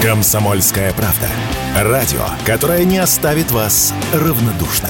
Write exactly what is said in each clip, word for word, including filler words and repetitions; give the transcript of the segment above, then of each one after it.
«Комсомольская правда». Радио, которое не оставит вас равнодушным.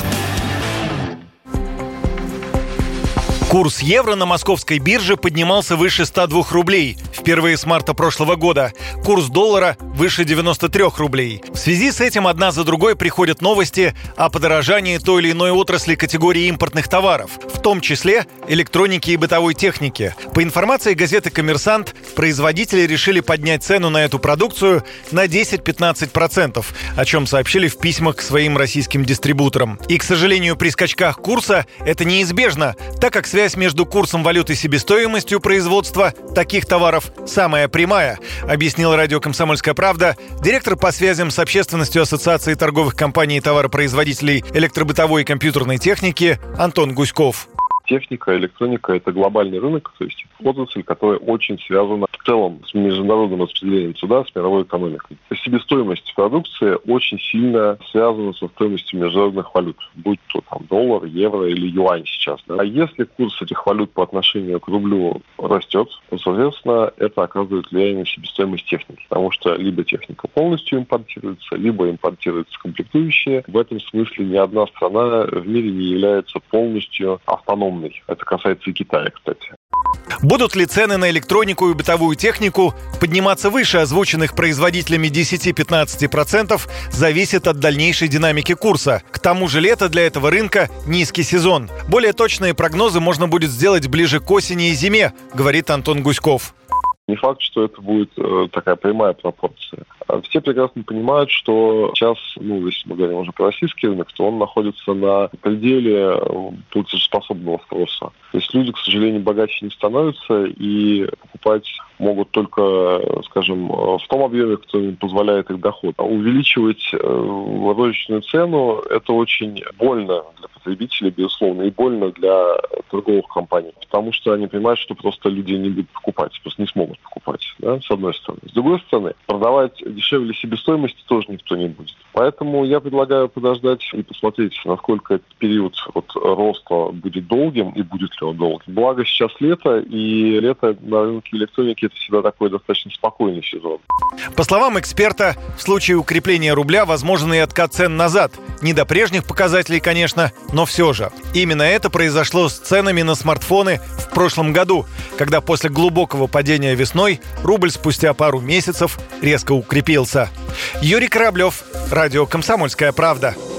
Курс евро на московской бирже поднимался выше ста двух рублей впервые с марта прошлого года. Курс доллара выше девяноста трёх рублей. В связи с этим одна за другой приходят новости о подорожании той или иной отрасли категории импортных товаров, в том числе электроники и бытовой техники. По информации газеты «Коммерсант», производители решили поднять цену на эту продукцию на десять-пятнадцать процентов, о чем сообщили в письмах к своим российским дистрибуторам. И, к сожалению, при скачках курса это неизбежно, так как связь между курсом валюты и себестоимостью производства таких товаров самая прямая, объяснил радио «Комсомольская правда» директор по связям с общественностью Ассоциации торговых компаний и товаропроизводителей электробытовой и компьютерной техники Антон Гуськов. Техника, электроника – это глобальный рынок, то есть отрасль, которая очень связана в целом с международным распределением труда, с мировой экономикой. Себестоимость продукции очень сильно связана со стоимостью международных валют, будь то там доллар, евро или юань сейчас. Да? А если курс этих валют по отношению к рублю растет, то, соответственно, это оказывает влияние на себестоимость техники, потому что либо техника полностью импортируется, либо импортируются комплектующие. В этом смысле ни одна страна в мире не является полностью автономной. Это касается и Китая, кстати. Будут ли цены на электронику и бытовую технику подниматься выше озвученных производителями десять-пятнадцать процентов, зависит от дальнейшей динамики курса. К тому же лето для этого рынка – низкий сезон. Более точные прогнозы можно будет сделать ближе к осени и зиме, говорит Антон Гуськов. Не факт, что это будет э, такая прямая пропорция. Все прекрасно понимают, что сейчас, ну, если мы говорим уже про российский рынок, то он находится на пределе платежеспособного спроса. То есть люди, к сожалению, богаче не становятся и покупать могут только, скажем, в том объеме, который им позволяет их доход. А увеличивать э, розничную цену – это очень больно для потребителей, безусловно, и больно для торговых компаний, потому что они понимают, что просто люди не будут покупать, просто не смогут покупать, да, с одной стороны. С другой стороны, продавать дешевле себестоимости тоже никто не будет. Поэтому я предлагаю подождать и посмотреть, насколько этот период вот роста будет долгим и будет ли он долгим. Благо сейчас лето, и лето на рынке электроники – это всегда такой достаточно спокойный сезон. По словам эксперта, в случае укрепления рубля возможен и откат цен назад. Не до прежних показателей, конечно, но все же. Именно это произошло с ценами на смартфоны в прошлом году, когда после глубокого падения весной рубль спустя пару месяцев резко укрепился. Юрий Кораблев, радио «Комсомольская правда».